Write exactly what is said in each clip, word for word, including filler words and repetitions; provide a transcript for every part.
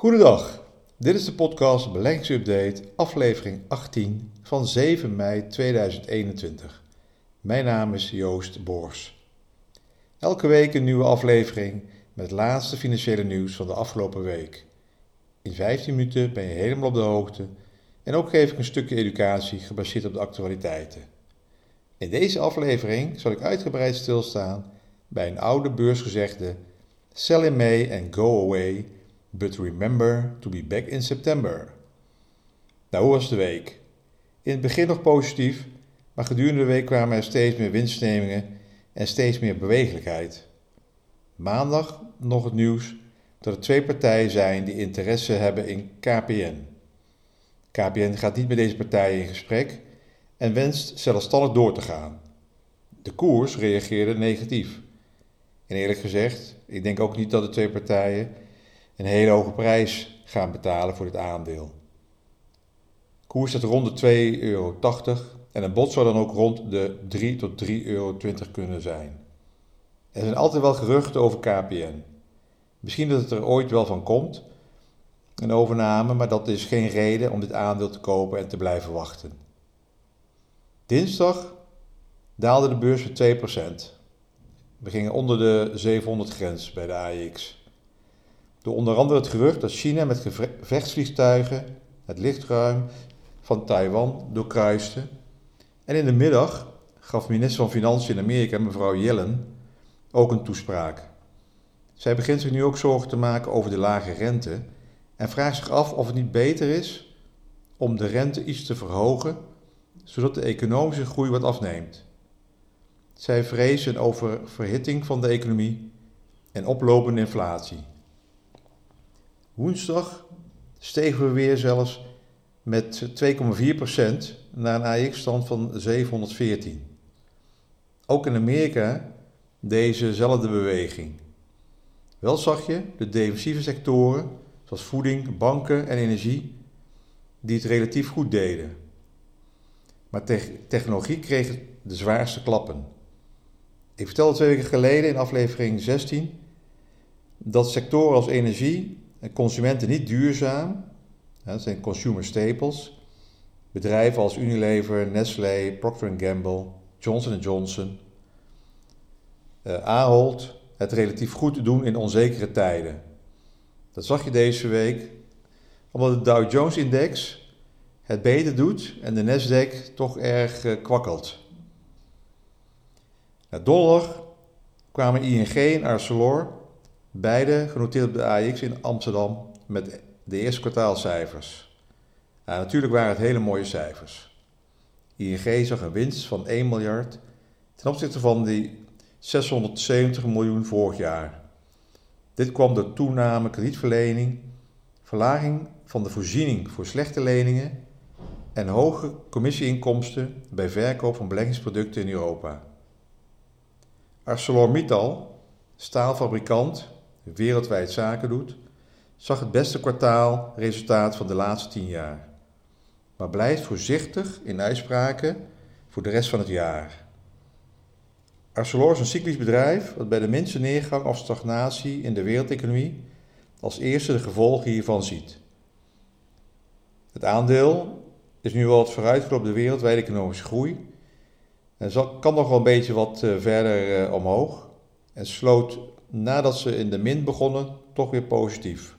Goedendag, dit is de podcast Beleggingsupdate, aflevering achttien van zeven mei tweeduizend eenentwintig. Mijn naam is Joost Boors. Elke week een nieuwe aflevering met het laatste financiële nieuws van de afgelopen week. In vijftien minuten ben je helemaal op de hoogte en ook geef ik een stukje educatie gebaseerd op de actualiteiten. In deze aflevering zal ik uitgebreid stilstaan bij een oude beursgezegde: Sell in May and go away, but remember to be back in September. Nou, hoe was de week? In het begin nog positief, maar gedurende de week kwamen er steeds meer winstnemingen en steeds meer bewegelijkheid. Maandag nog het nieuws dat er twee partijen zijn die interesse hebben in K P N. K P N gaat niet met deze partijen in gesprek en wenst zelfstandig door te gaan. De koers reageerde negatief. En eerlijk gezegd, ik denk ook niet dat de twee partijen een hele hoge prijs gaan betalen voor dit aandeel. De koers staat rond de twee euro tachtig en een bod zou dan ook rond de drie tot drie euro twintig kunnen zijn. Er zijn altijd wel geruchten over K P N. Misschien dat het er ooit wel van komt, een overname, maar dat is geen reden om dit aandeel te kopen en te blijven wachten. Dinsdag daalde de beurs voor twee procent. We gingen onder de zevenhonderd grens bij de A E X. Door onder andere het gerucht dat China met gevechtsvliegtuigen het luchtruim van Taiwan doorkruiste. En in de middag gaf minister van Financiën in Amerika, mevrouw Yellen, ook een toespraak. Zij begint zich nu ook zorgen te maken over de lage rente en vraagt zich af of het niet beter is om de rente iets te verhogen, zodat de economische groei wat afneemt. Zij vrezen een oververhitting van de economie en oplopende inflatie. Woensdag stegen we weer zelfs met twee komma vier procent naar een A E X-stand van zevenhonderdveertien. Ook in Amerika dezezelfde beweging. Wel zag je de defensieve sectoren, zoals voeding, banken en energie, die het relatief goed deden. Maar te- technologie kreeg de zwaarste klappen. Ik vertelde twee weken geleden in aflevering zestien dat sectoren als energie en consumenten niet duurzaam, dat zijn consumer staples, bedrijven als Unilever, Nestlé, Procter and Gamble, Johnson and Johnson, uh, Ahold het relatief goed doen in onzekere tijden. Dat zag je deze week, omdat de Dow Jones-index het beter doet en de Nasdaq toch erg uh, kwakkelt. Na donderdag kwamen I N G en Arcelor, beide genoteerd op de A E X in Amsterdam, met de eerste kwartaalcijfers. Ja, natuurlijk waren het hele mooie cijfers. I N G zag een winst van één miljard ten opzichte van die zeshonderdzeventig miljoen vorig jaar. Dit kwam door toename kredietverlening, verlaging van de voorziening voor slechte leningen en hoge commissieinkomsten bij verkoop van beleggingsproducten in Europa. ArcelorMittal, staalfabrikant, wereldwijd zaken doet, zag het beste kwartaalresultaat van de laatste tien jaar, maar blijft voorzichtig in uitspraken voor de rest van het jaar. Arcelor is een cyclisch bedrijf dat bij de minste neergang of stagnatie in de wereldeconomie als eerste de gevolgen hiervan ziet. Het aandeel is nu wel wat vooruitgelopen op de wereldwijde economische groei en zal, kan nog wel een beetje wat uh, verder uh, omhoog en sloot nadat ze in de min begonnen toch weer positief.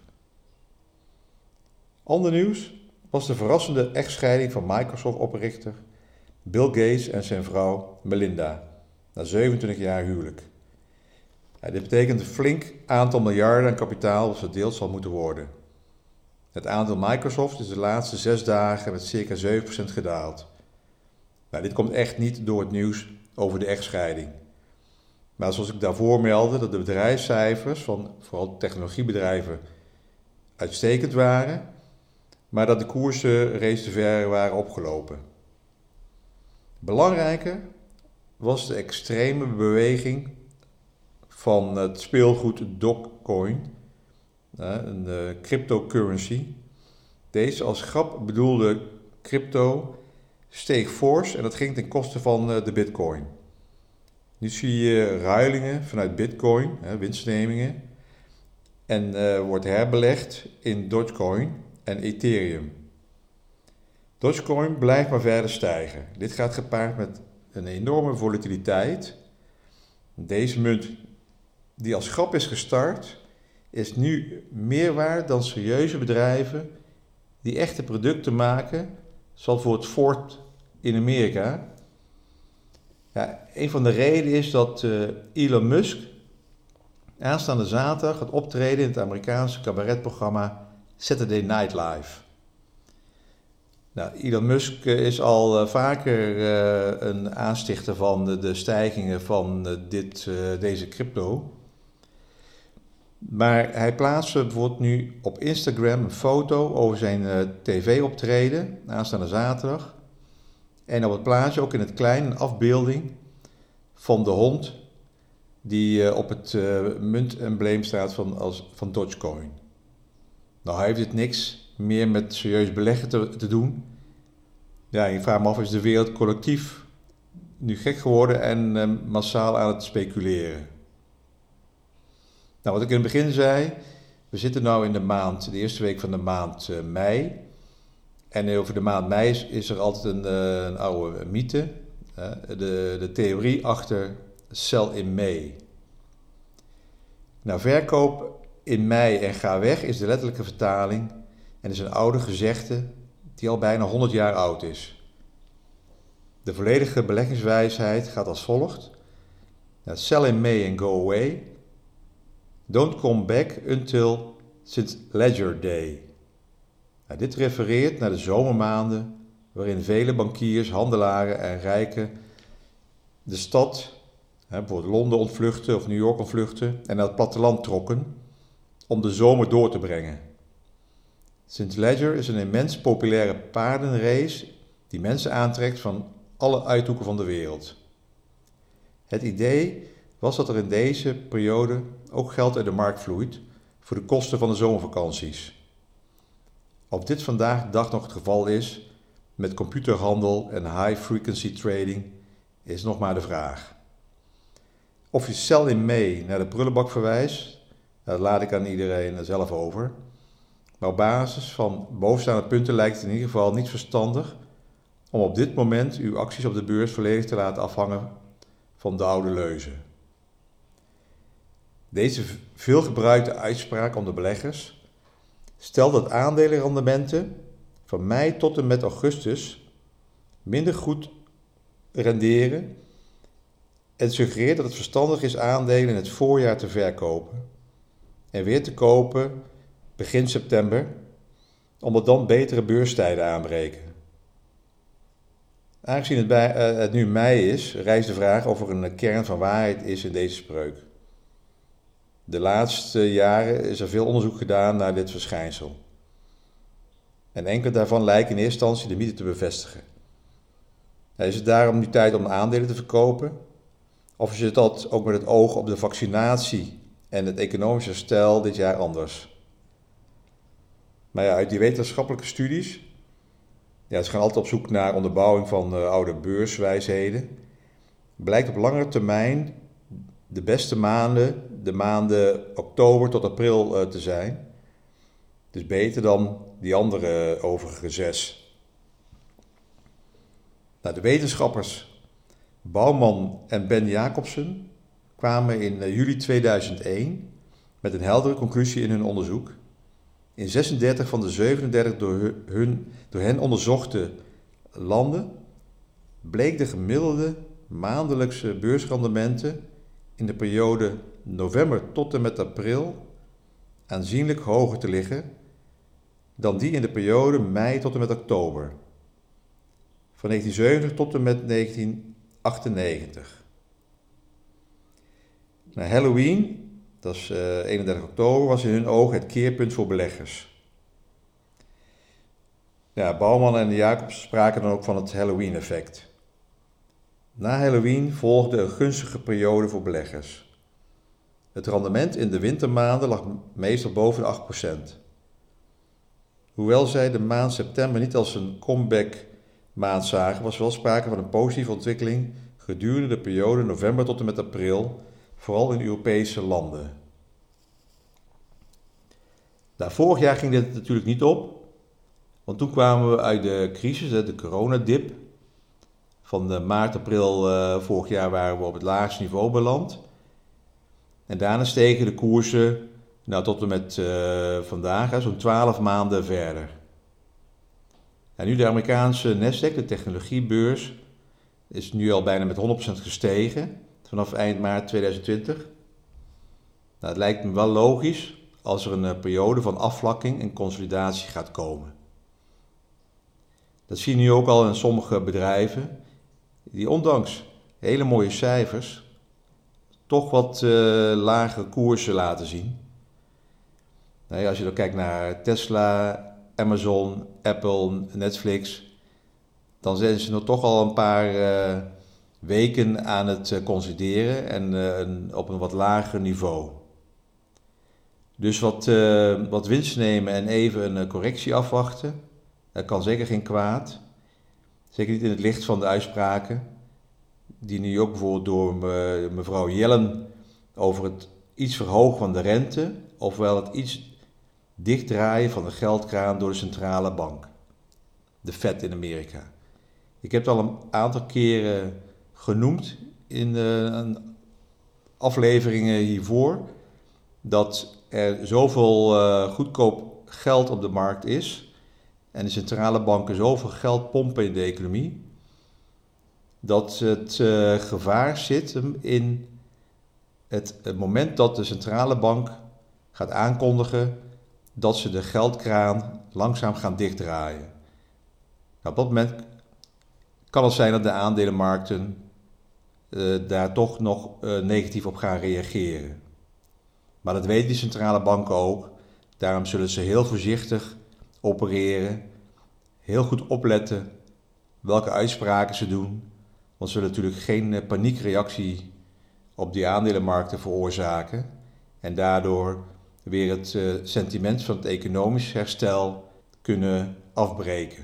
Ander nieuws was de verrassende echtscheiding van Microsoft-oprichter Bill Gates en zijn vrouw Melinda, na zevenentwintig jaar huwelijk. Ja, dit betekent een flink aantal miljarden aan kapitaal dat verdeeld zal moeten worden. Het aandeel Microsoft is de laatste zes dagen met circa zeven procent gedaald. Nou, dit komt echt niet door het nieuws over de echtscheiding. Maar zoals ik daarvoor meldde, dat de bedrijfscijfers van vooral technologiebedrijven uitstekend waren, maar dat de koersen reeds te ver waren opgelopen. Belangrijker was de extreme beweging van het speelgoed Dogecoin, een cryptocurrency. Deze als grap bedoelde crypto steeg fors en dat ging ten koste van de bitcoin. Nu zie je ruilingen vanuit bitcoin, winstnemingen, en uh, wordt herbelegd in Dogecoin en Ethereum. Dogecoin blijft maar verder stijgen. Dit gaat gepaard met een enorme volatiliteit. Deze munt, die als grap is gestart, is nu meer waard dan serieuze bedrijven die echte producten maken, zoals voor het Ford in Amerika. Ja, een van de redenen is dat uh, Elon Musk aanstaande zaterdag gaat optreden in het Amerikaanse cabaretprogramma Saturday Night Live. Nou, Elon Musk is al uh, vaker uh, een aanstichter van de, de stijgingen van uh, dit, uh, deze crypto. Maar hij plaatste bijvoorbeeld nu op Instagram een foto over zijn uh, tv-optreden aanstaande zaterdag. En op het plaatje ook in het klein een afbeelding van de hond die uh, op het uh, muntembleem staat van, als, van Dogecoin. Nou, hij heeft dit niks meer met serieus beleggen te, te doen. Ja, ik vraag me af, is de wereld collectief nu gek geworden en uh, massaal aan het speculeren? Nou, wat ik in het begin zei, we zitten nu in de maand, de eerste week van de maand uh, mei. En over de maand mei is, is er altijd een, uh, een oude mythe, uh, de, de theorie achter sell in May. Nou, verkoop in mei en ga weg is de letterlijke vertaling en is een oude gezegde die al bijna honderd jaar oud is. De volledige beleggingswijsheid gaat als volgt. Nou, sell in May and go away. Don't come back until Saint Ledger Day. Nou, dit refereert naar de zomermaanden waarin vele bankiers, handelaren en rijken de stad, hè, bijvoorbeeld Londen ontvluchten of New York ontvluchten en naar het platteland trokken om de zomer door te brengen. Saint Ledger is een immens populaire paardenrace die mensen aantrekt van alle uithoeken van de wereld. Het idee was dat er in deze periode ook geld uit de markt vloeit voor de kosten van de zomervakanties. Of dit vandaag de dag nog het geval is met computerhandel en high-frequency trading is nog maar de vraag. Of je sell in May naar de prullenbak verwijst, dat laat ik aan iedereen zelf over. Maar op basis van bovenstaande punten lijkt het in ieder geval niet verstandig om op dit moment uw acties op de beurs volledig te laten afhangen van de oude leuzen. Deze veelgebruikte uitspraak onder beleggers stelt dat aandelenrendementen van mei tot en met augustus minder goed renderen en suggereert dat het verstandig is aandelen in het voorjaar te verkopen en weer te kopen begin september, omdat dan betere beurstijden aanbreken. Aangezien het, bij, uh, het nu mei is, rijst de vraag of er een kern van waarheid is in deze spreuk. De laatste jaren is er veel onderzoek gedaan naar dit verschijnsel. En enkele daarvan lijken in eerste instantie de mythe te bevestigen. Is het daarom nu tijd om aandelen te verkopen? Of is het dat ook met het oog op de vaccinatie en het economische herstel dit jaar anders? Maar ja, uit die wetenschappelijke studies, ja, ze gaan altijd op zoek naar onderbouwing van uh, oude beurswijsheden, blijkt op langere termijn de beste maanden, de maanden oktober tot april uh, te zijn. Dus beter dan die andere uh, overige zes. Nou, de wetenschappers Bouwman en Ben Jacobsen kwamen in uh, juli tweeduizend één met een heldere conclusie in hun onderzoek. In zesendertig van de zevenendertig door, hun, door hen onderzochte landen bleek de gemiddelde maandelijkse beursrendementen in de periode november tot en met april aanzienlijk hoger te liggen dan die in de periode mei tot en met oktober, van negentienzeventig tot en met negentien achtennegentig. Nou, Halloween, dat is uh, eenendertig oktober, was in hun ogen het keerpunt voor beleggers. Ja, Bouwman en Jacobs spraken dan ook van het Halloween-effect. Na Halloween volgde een gunstige periode voor beleggers. Het rendement in de wintermaanden lag meestal boven de acht procent. Hoewel zij de maand september niet als een comeback maand zagen, was wel sprake van een positieve ontwikkeling gedurende de periode november tot en met april, vooral in Europese landen. Nou, vorig jaar ging dit natuurlijk niet op, want toen kwamen we uit de crisis, de coronadip. Van maart, april uh, vorig jaar waren we op het laagste niveau beland. En daarna stegen de koersen nou, tot en met uh, vandaag, zo'n twaalf maanden verder. En nu de Amerikaanse Nasdaq, de technologiebeurs, is nu al bijna met honderd procent gestegen vanaf eind maart tweeduizend twintig. Nou, het lijkt me wel logisch als er een uh, periode van afvlakking en consolidatie gaat komen. Dat zie je nu ook al in sommige bedrijven, die ondanks hele mooie cijfers toch wat uh, lagere koersen laten zien. Nou ja, als je dan kijkt naar Tesla, Amazon, Apple, Netflix, dan zijn ze nog toch al een paar uh, weken aan het uh, consolideren en uh, een, op een wat lager niveau. Dus wat, uh, wat winst nemen en even een correctie afwachten, dat kan zeker geen kwaad. Zeker niet in het licht van de uitspraken, die nu ook bijvoorbeeld door me, mevrouw Yellen over het iets verhogen van de rente, ofwel het iets dichtdraaien van de geldkraan door de centrale bank, de Fed in Amerika. Ik heb het al een aantal keren genoemd in de afleveringen hiervoor, dat er zoveel uh, goedkoop geld op de markt is en de centrale banken zoveel geld pompen in de economie, dat het uh, gevaar zit in het, het moment dat de centrale bank gaat aankondigen dat ze de geldkraan langzaam gaan dichtdraaien. Nou, op dat moment kan het zijn dat de aandelenmarkten uh, daar toch nog uh, negatief op gaan reageren. Maar dat weten die centrale banken ook. Daarom zullen ze heel voorzichtig opereren, heel goed opletten welke uitspraken ze doen. Want ze willen natuurlijk geen uh, paniekreactie op die aandelenmarkten veroorzaken en daardoor weer het uh, sentiment van het economisch herstel kunnen afbreken.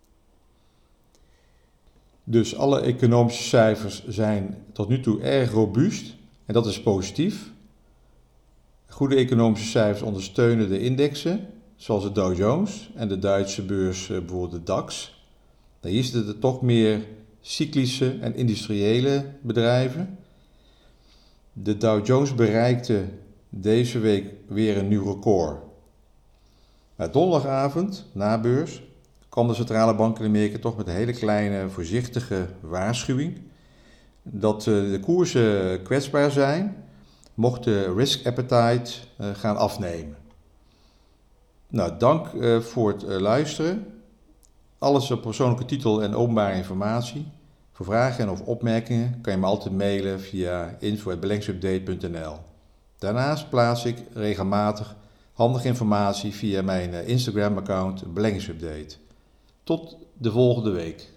Dus alle economische cijfers zijn tot nu toe erg robuust en dat is positief. Goede economische cijfers ondersteunen de indexen, zoals de Dow Jones en de Duitse beurs, bijvoorbeeld de DAX. Hier zitten er toch meer cyclische en industriële bedrijven. De Dow Jones bereikte deze week weer een nieuw record. Maar donderdagavond, na beurs, kwam de centrale bank in Amerika toch met een hele kleine voorzichtige waarschuwing dat de koersen kwetsbaar zijn, mocht de risk appetite gaan afnemen. Nou, dank voor het luisteren. Alles op persoonlijke titel en openbare informatie. Voor vragen en of opmerkingen kan je me altijd mailen via info at beleggingsupdate punt n l. Daarnaast plaats ik regelmatig handige informatie via mijn Instagram-account Beleggingsupdate. Tot de volgende week.